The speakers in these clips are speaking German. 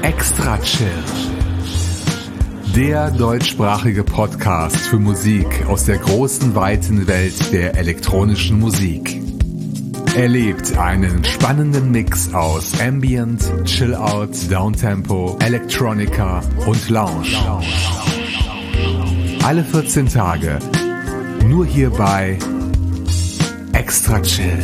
Extra Chill. Der deutschsprachige Podcast für Musik aus der großen, weiten Welt der elektronischen Musik. Erlebt einen spannenden Mix aus Ambient, Chill-Out, Downtempo, Electronica und Lounge. Alle 14 Tage. Nur hier bei Extra Chill.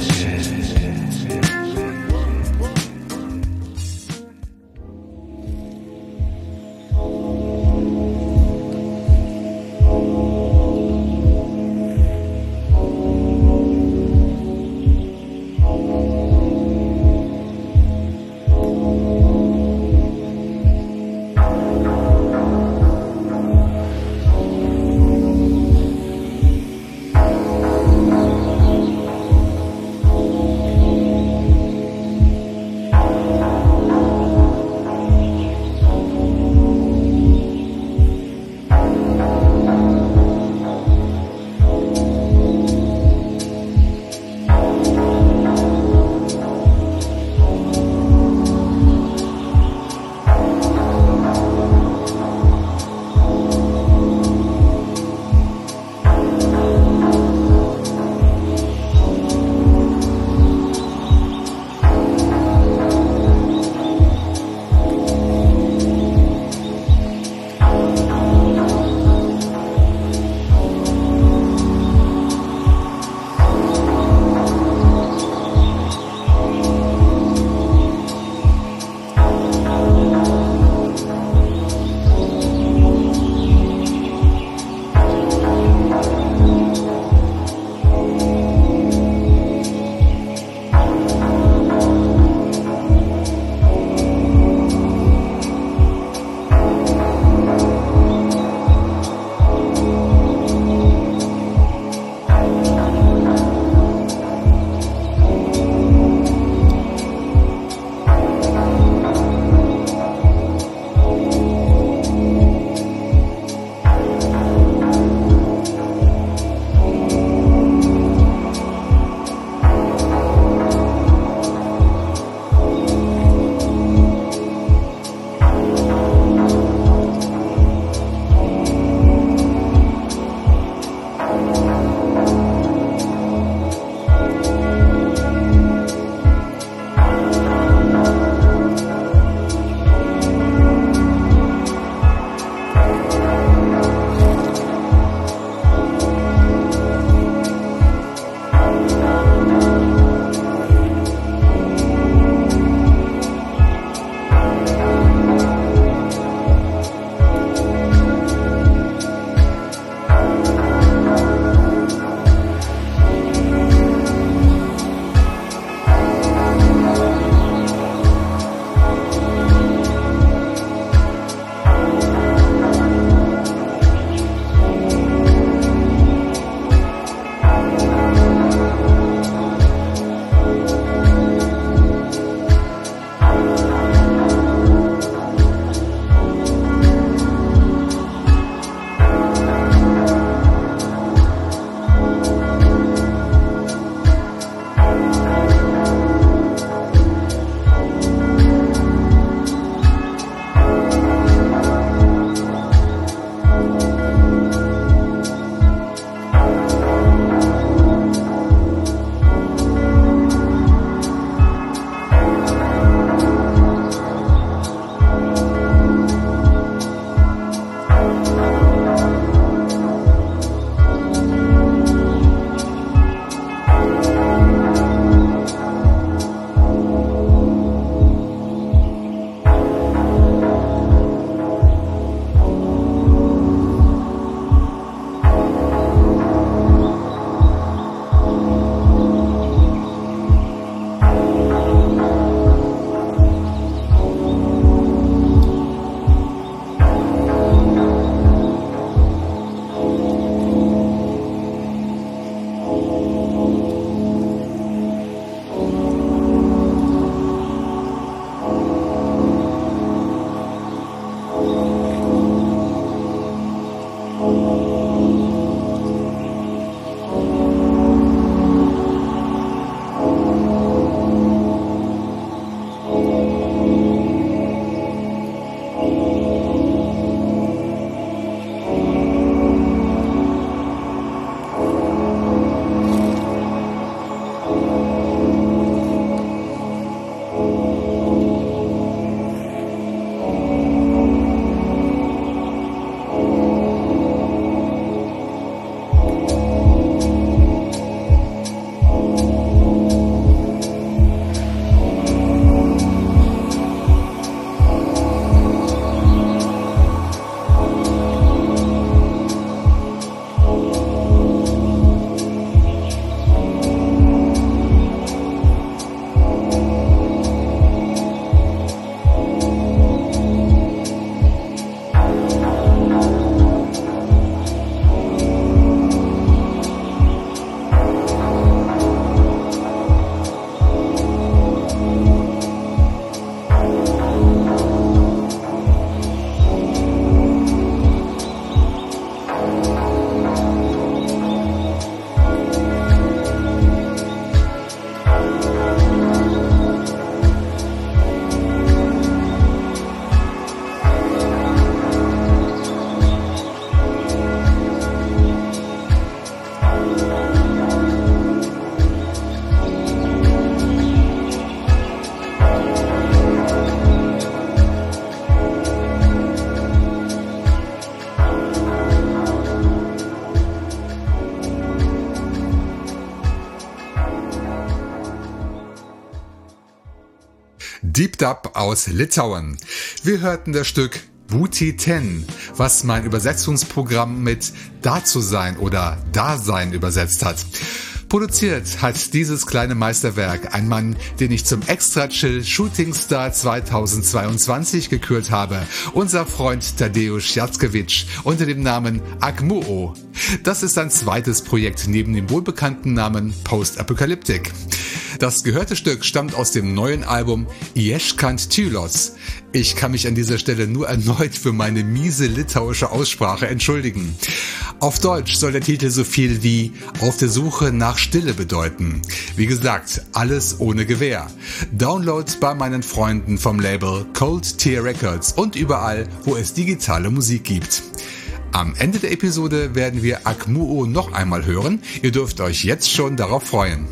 Deep Dub aus Litauen. Wir hörten das Stück Booty 10, was mein Übersetzungsprogramm mit da zu sein oder Dasein übersetzt hat. Produziert hat dieses kleine Meisterwerk ein Mann, den ich zum Extra Chill Shooting Star 2022 gekürt habe, unser Freund Tadeusz Jackiewicz unter dem Namen Akmuo. Das ist sein zweites Projekt neben dem wohlbekannten Namen Post-Apocalyptic. Das gehörte Stück stammt aus dem neuen Album Ieszkant Tylos. Ich kann mich an dieser Stelle nur erneut für meine miese litauische Aussprache entschuldigen. Auf Deutsch soll der Titel so viel wie Auf der Suche nach Stille bedeuten. Wie gesagt, alles ohne Gewähr. Download bei meinen Freunden vom Label Cold Tear Records und überall, wo es digitale Musik gibt. Am Ende der Episode werden wir Akmuo noch einmal hören. Ihr dürft euch jetzt schon darauf freuen.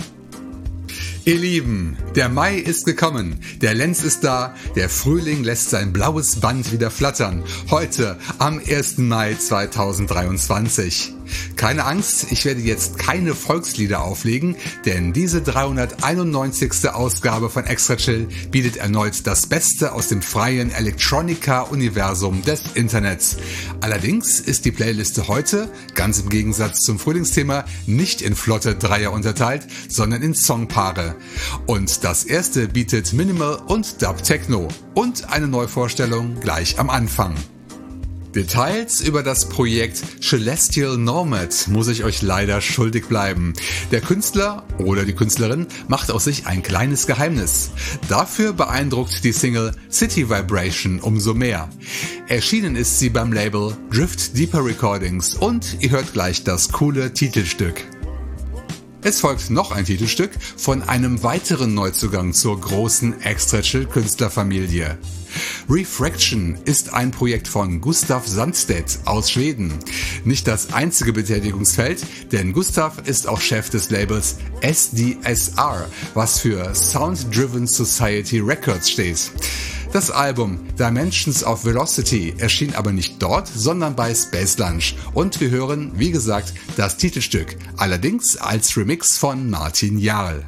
Ihr Lieben, der Mai ist gekommen, der Lenz ist da, der Frühling lässt sein blaues Band wieder flattern. Heute, am 1. Mai 2023. Keine Angst, ich werde jetzt keine Volkslieder auflegen, denn diese 391. Ausgabe von Extra Chill bietet erneut das Beste aus dem freien Electronica-Universum des Internets. Allerdings ist die Playliste heute, ganz im Gegensatz zum Frühlingsthema, nicht in flotte Dreier unterteilt, sondern in Songpaare. Und das erste bietet Minimal und Dub Techno und eine Neuvorstellung gleich am Anfang. Details über das Projekt Celestial Nomad muss ich euch leider schuldig bleiben. Der Künstler oder die Künstlerin macht aus sich ein kleines Geheimnis. Dafür beeindruckt die Single City Vibration umso mehr. Erschienen ist sie beim Label Drift Deeper Recordings und ihr hört gleich das coole Titelstück. Es folgt noch ein Titelstück von einem weiteren Neuzugang zur großen Extra Chill Künstlerfamilie. Refraction ist ein Projekt von Gustav Sandstedt aus Schweden. Nicht das einzige Betätigungsfeld, denn Gustav ist auch Chef des Labels SDSR, was für Sound Driven Society Records steht. Das Album Dimensions of Velocity erschien aber nicht dort, sondern bei Space Lunch und wir hören, wie gesagt, das Titelstück, allerdings als Remix von Martin Jarl.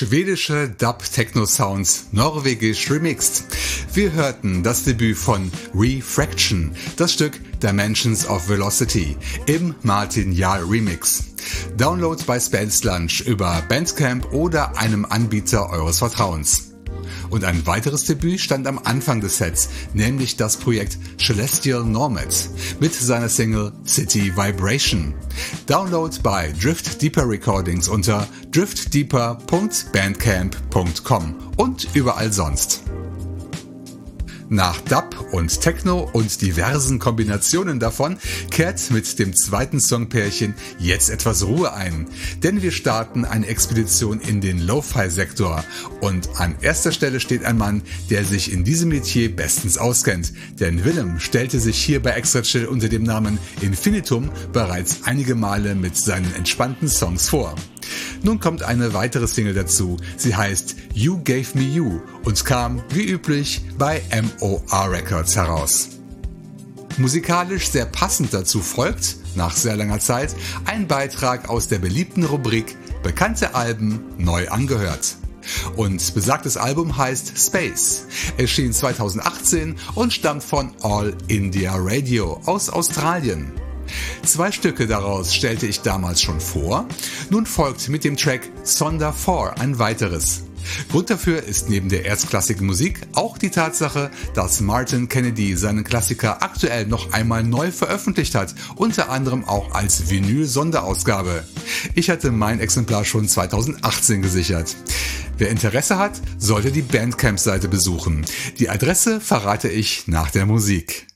Schwedische Dub-Techno-Sounds, norwegisch remixed. Wir hörten das Debüt von Refraction, das Stück Dimensions of Velocity im Martin Jarl Remix. Download bei Spence Lunch über Bandcamp oder einem Anbieter eures Vertrauens. Und ein weiteres Debüt stand am Anfang des Sets, nämlich das Projekt Celestial Nomad mit seiner Single City Vibration. Download bei Drift Deeper Recordings unter driftdeeper.bandcamp.com und überall sonst. Nach Dub und Techno und diversen Kombinationen davon kehrt mit dem zweiten Songpärchen jetzt etwas Ruhe ein, denn wir starten eine Expedition in den Lo-Fi-Sektor und an erster Stelle steht ein Mann, der sich in diesem Metier bestens auskennt, denn Willem stellte sich hier bei Extra Chill unter dem Namen Infinitum bereits einige Male mit seinen entspannten Songs vor. Nun kommt eine weitere Single dazu. Sie heißt You Gave Me You und kam, wie üblich, bei MOR Records heraus. Musikalisch sehr passend dazu folgt, nach sehr langer Zeit, ein Beitrag aus der beliebten Rubrik Bekannte Alben neu angehört. Und besagtes Album heißt Space, erschien 2018 und stammt von All India Radio aus Australien. 2 Stücke daraus stellte ich damals schon vor, nun folgt mit dem Track Sonder 4 ein weiteres. Grund dafür ist neben der erstklassigen Musik auch die Tatsache, dass Martin Kennedy seinen Klassiker aktuell noch einmal neu veröffentlicht hat, unter anderem auch als Vinyl-Sonderausgabe. Ich hatte mein Exemplar schon 2018 gesichert. Wer Interesse hat, sollte die Bandcamp-Seite besuchen. Die Adresse verrate ich nach der Musik.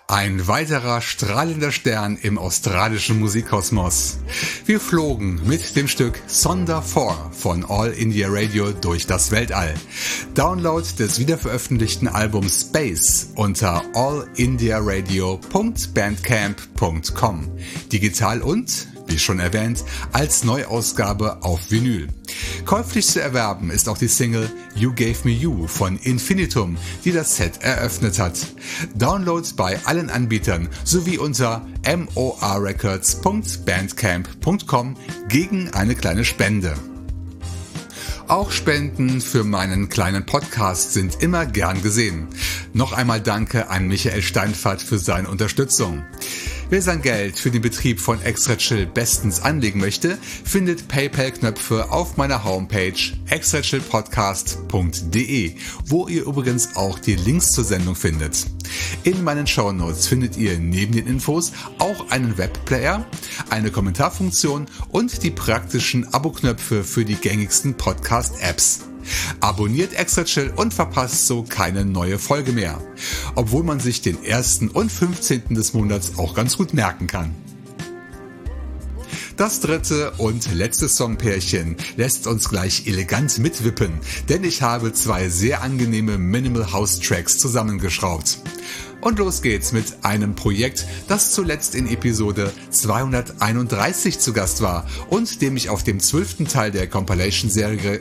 Ein weiterer strahlender Stern im australischen Musikkosmos. Wir flogen mit dem Stück Sonder 4 von All India Radio durch das Weltall. Download des wiederveröffentlichten Albums Space unter allindiaradio.bandcamp.com. Digital und, wie schon erwähnt, als Neuausgabe auf Vinyl. Käuflich zu erwerben ist auch die Single You Gave Me You von Infinitum, die das Set eröffnet hat. Download bei allen Anbietern sowie unter morrecords.bandcamp.com gegen eine kleine Spende. Auch Spenden für meinen kleinen Podcast sind immer gern gesehen. Noch einmal danke an Michael Steinfahrt für seine Unterstützung. Wer sein Geld für den Betrieb von Extra Chill bestens anlegen möchte, findet PayPal-Knöpfe auf meiner Homepage extrachillpodcast.de, wo ihr übrigens auch die Links zur Sendung findet. In meinen Shownotes findet ihr neben den Infos auch einen Webplayer, eine Kommentarfunktion und die praktischen Abo-Knöpfe für die gängigsten Podcast-Apps. Abonniert Extra Chill und verpasst so keine neue Folge mehr. Obwohl man sich den 1. und 15. des Monats auch ganz gut merken kann. Das dritte und letzte Songpärchen lässt uns gleich elegant mitwippen, denn ich habe 2 sehr angenehme Minimal House Tracks zusammengeschraubt. Und los geht's mit einem Projekt, das zuletzt in Episode 231 zu Gast war und dem ich auf dem 12. Teil der Compilation-Serie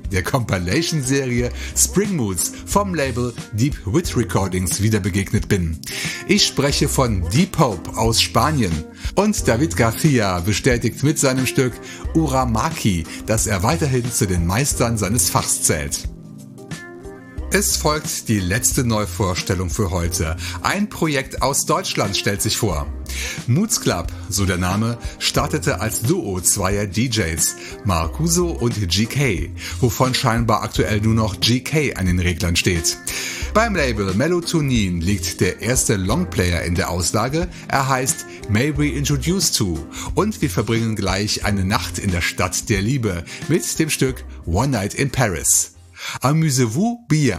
Spring Moods vom Label Deep Wit Recordings wieder begegnet bin. Ich spreche von Deep Hope aus Spanien und David Garcia bestätigt mit seinem Stück Uramaki, dass er weiterhin zu den Meistern seines Fachs zählt. Es folgt die letzte Neuvorstellung für heute. Ein Projekt aus Deutschland stellt sich vor. Moods Club, so der Name, startete als Duo zweier DJs, Marcuso und GK, wovon scheinbar aktuell nur noch GK an den Reglern steht. Beim Label Melatonin liegt der erste Longplayer in der Auslage, er heißt May We Introduce To und wir verbringen gleich eine Nacht in der Stadt der Liebe mit dem Stück One Night in Paris. Amusez-vous bien.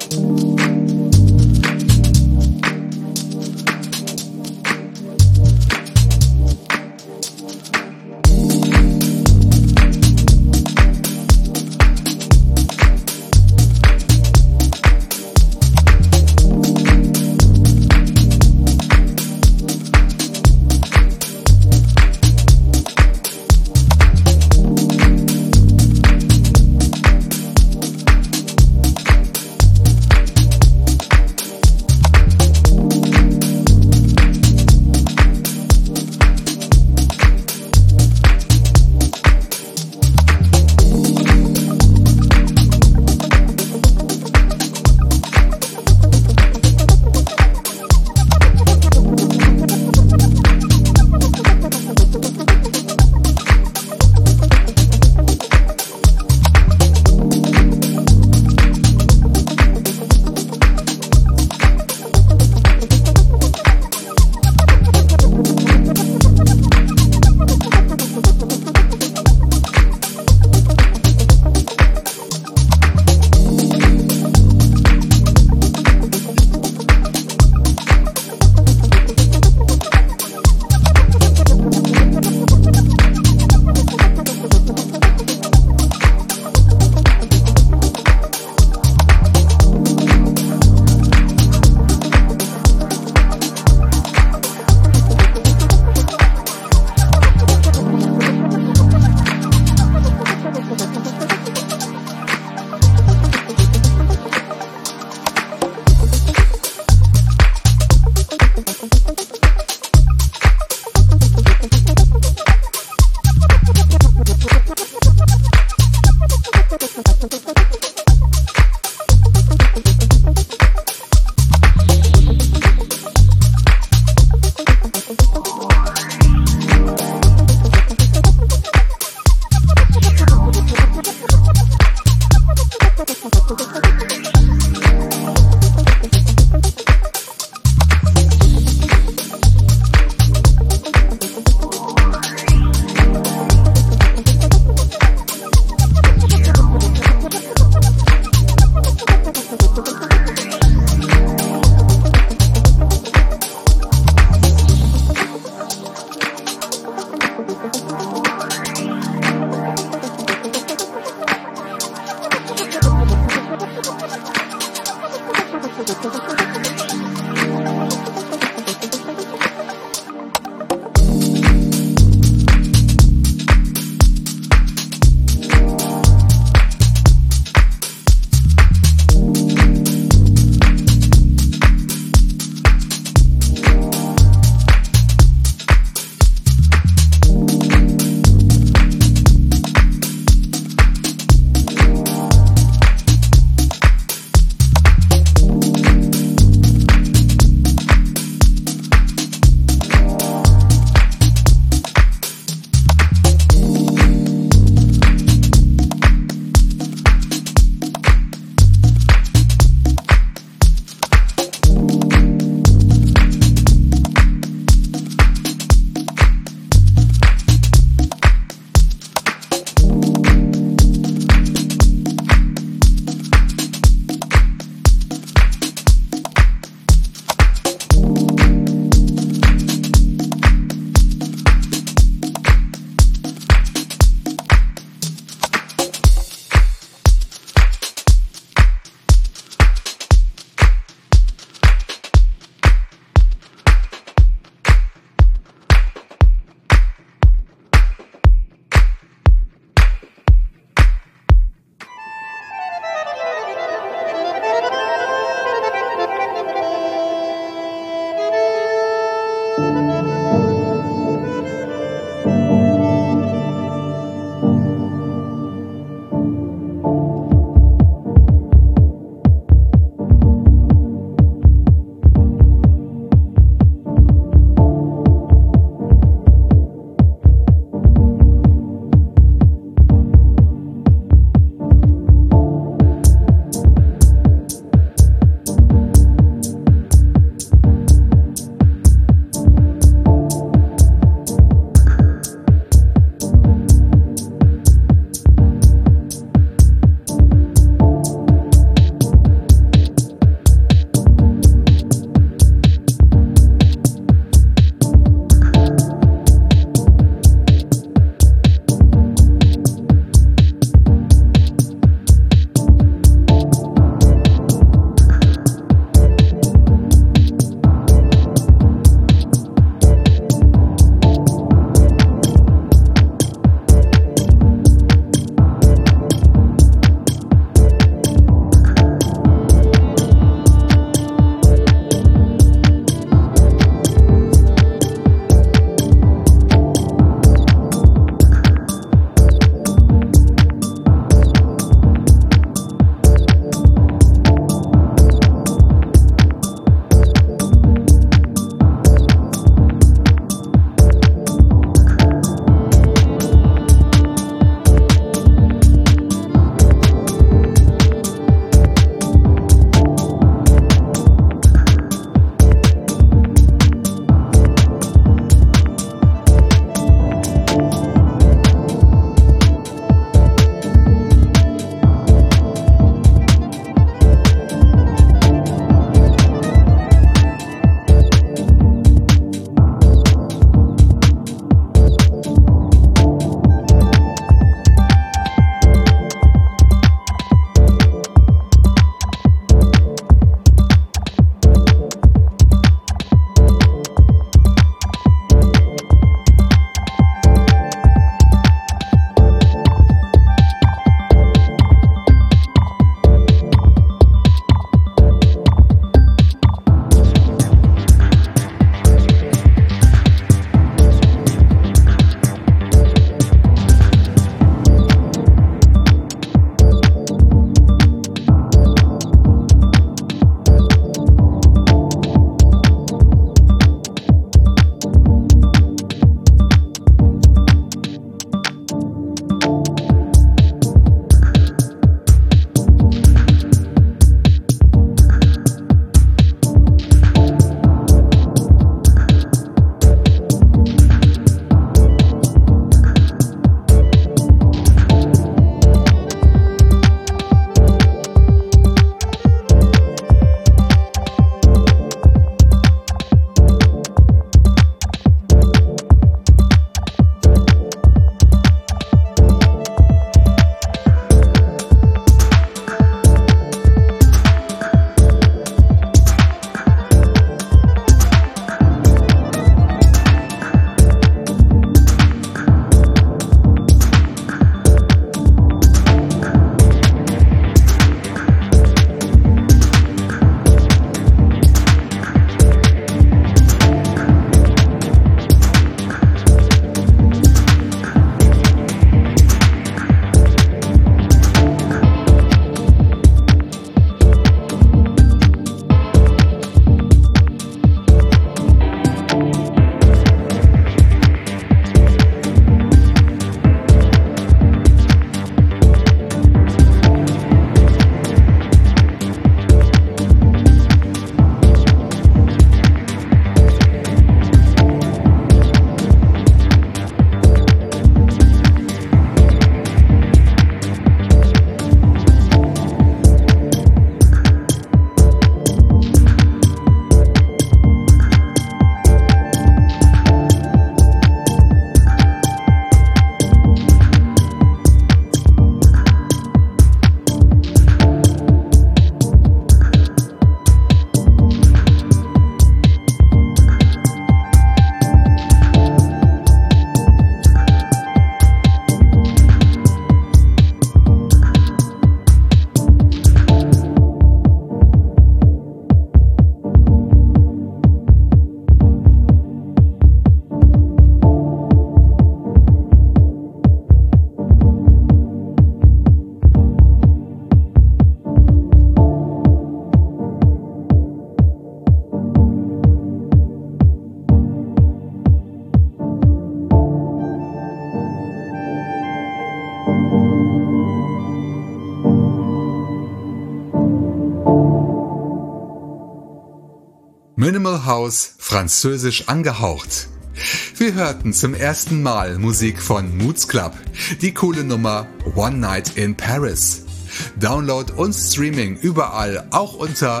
Minimal House, französisch angehaucht. Wir hörten zum ersten Mal Musik von Moods Club, die coole Nummer One Night in Paris. Download und Streaming überall, auch unter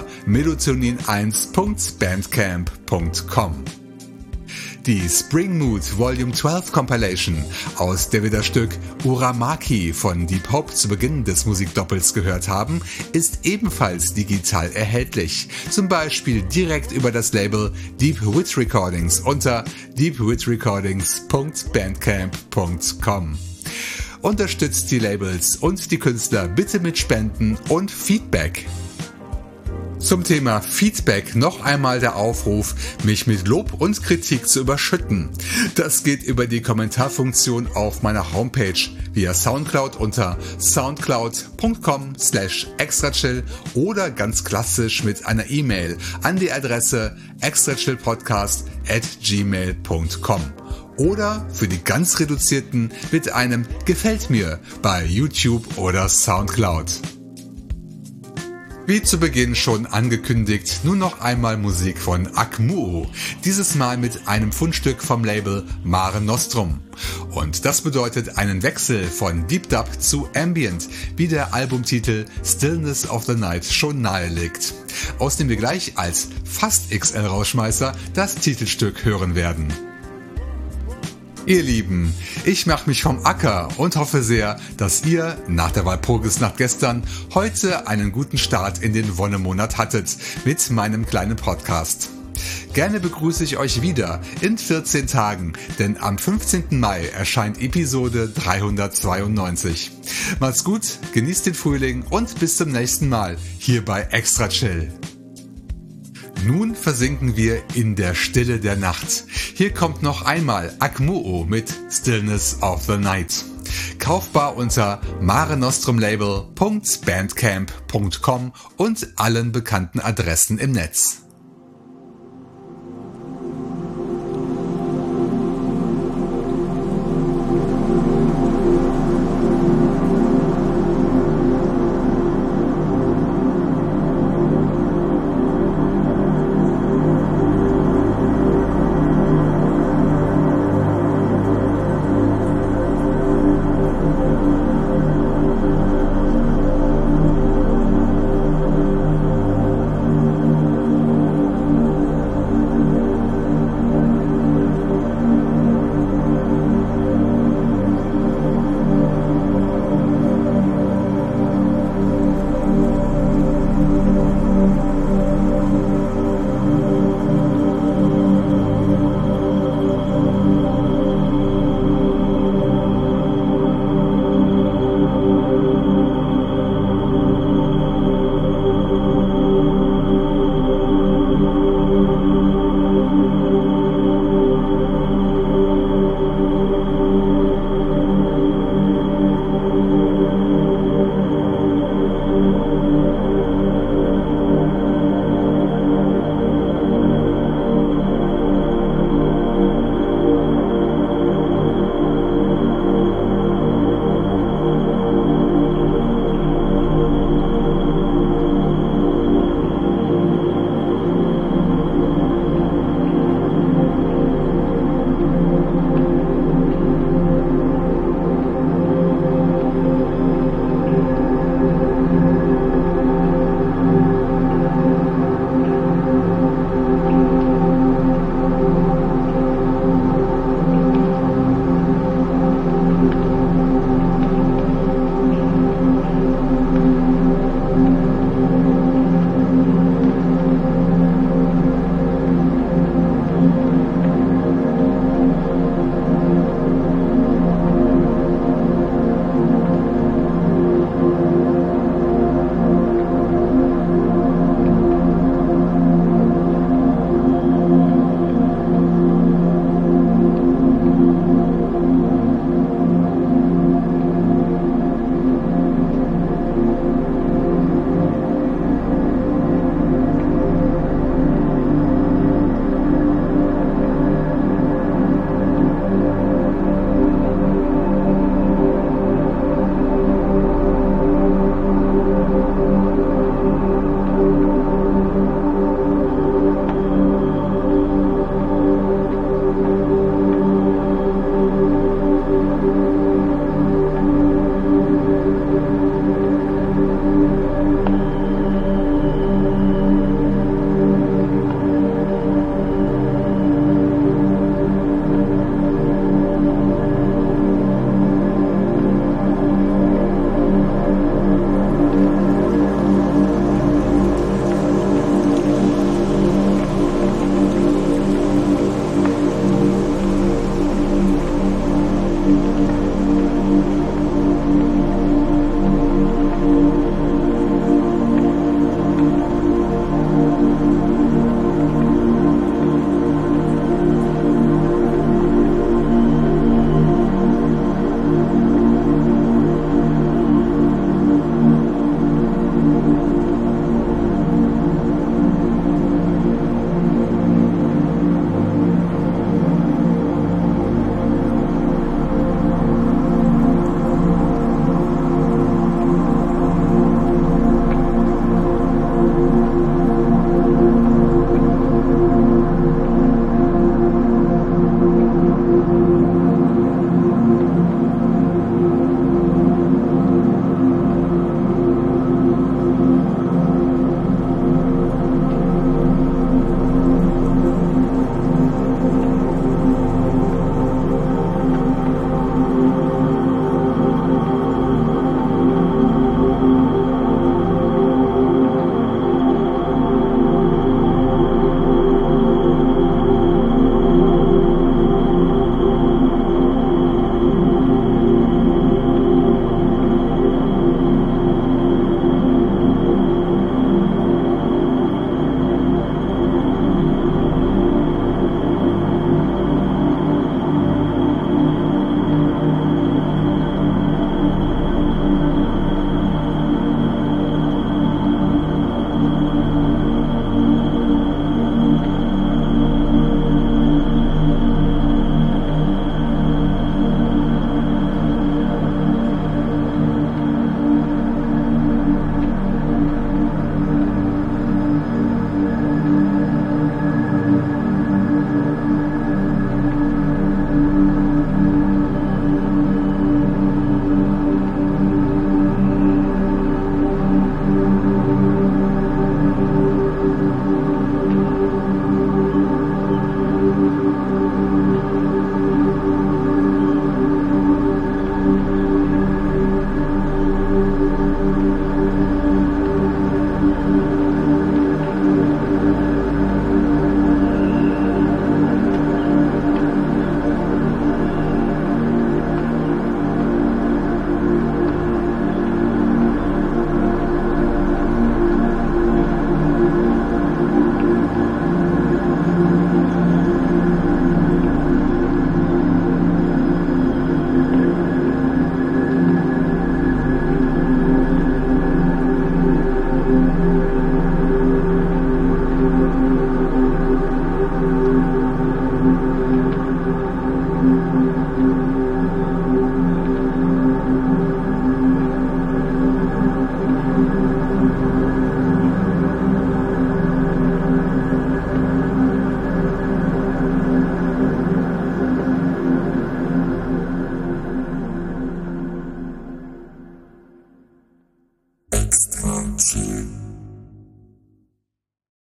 melatonin1.bandcamp.com. Die Spring Mood Volume 12 Compilation, aus der wir das Stück Uramaki von Deep Hope zu Beginn des Musikdoppels gehört haben, ist ebenfalls digital erhältlich. Zum Beispiel direkt über das Label Deep Wit Recordings unter deepwitrecordings.bandcamp.com. Unterstützt die Labels und die Künstler bitte mit Spenden und Feedback. Zum Thema Feedback noch einmal der Aufruf, mich mit Lob und Kritik zu überschütten. Das geht über die Kommentarfunktion auf meiner Homepage via Soundcloud unter soundcloud.com/extrachill oder ganz klassisch mit einer E-Mail an die Adresse extrachillpodcast@gmail.com. Oder für die ganz reduzierten mit einem Gefällt mir bei YouTube oder Soundcloud. Wie zu Beginn schon angekündigt, nun noch einmal Musik von Akmuo, dieses Mal mit einem Fundstück vom Label Mare Nostrum. Und das bedeutet einen Wechsel von Deep Dub zu Ambient, wie der Albumtitel Stillness of the Night schon nahelegt, aus dem wir gleich als fast XL-Rauschmeißer das Titelstück hören werden. Ihr Lieben, ich mache mich vom Acker und hoffe sehr, dass ihr nach der Walpurgisnacht gestern heute einen guten Start in den Wonnemonat hattet mit meinem kleinen Podcast. Gerne begrüße ich euch wieder in 14 Tagen, denn am 15. Mai erscheint Episode 392. Macht's gut, genießt den Frühling und bis zum nächsten Mal hier bei Extra Chill. Nun versinken wir in der Stille der Nacht. Hier kommt noch einmal Akmuo mit Stillness of the Night. Kaufbar unter marenostrumlabel.bandcamp.com und allen bekannten Adressen im Netz.